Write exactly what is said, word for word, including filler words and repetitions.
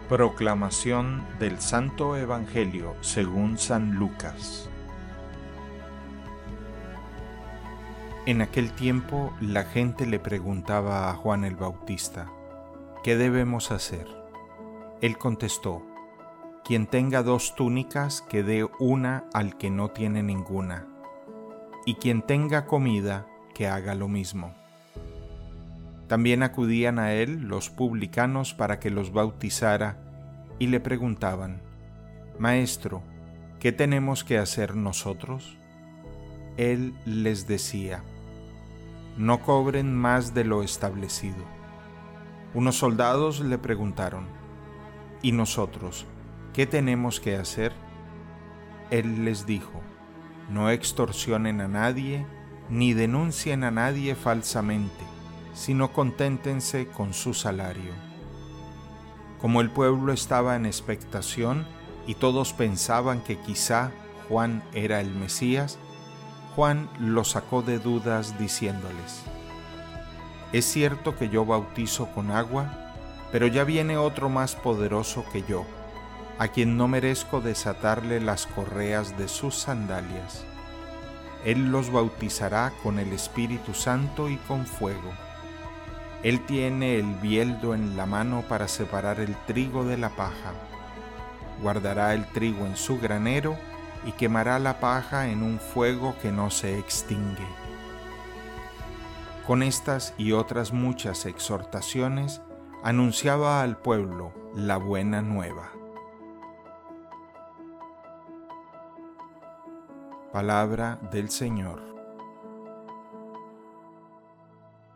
Proclamación del Santo Evangelio según San Lucas. En aquel tiempo la gente le preguntaba a Juan el Bautista: ¿qué debemos hacer? Él contestó: quien tenga dos túnicas, que dé una al que no tiene ninguna, y quien tenga comida, que haga lo mismo. También acudían a él los publicanos para que los bautizara, y le preguntaban: Maestro, ¿qué tenemos que hacer nosotros? Él les decía: no cobren más de lo establecido. Unos soldados le preguntaron: ¿y nosotros qué tenemos que hacer? Él les dijo: no extorsionen a nadie, ni denuncien a nadie falsamente, sino conténtense con su salario. Como el pueblo estaba en expectación y todos pensaban que quizá Juan era el Mesías, Juan los sacó de dudas diciéndoles: es cierto que yo bautizo con agua, pero ya viene otro más poderoso que yo, a quien no merezco desatarle las correas de sus sandalias. Él los bautizará con el Espíritu Santo y con fuego. Él tiene el bieldo en la mano para separar el trigo de la paja. Guardará el trigo en su granero y quemará la paja en un fuego que no se extingue. Con estas y otras muchas exhortaciones, anunciaba al pueblo la buena nueva. Palabra del Señor.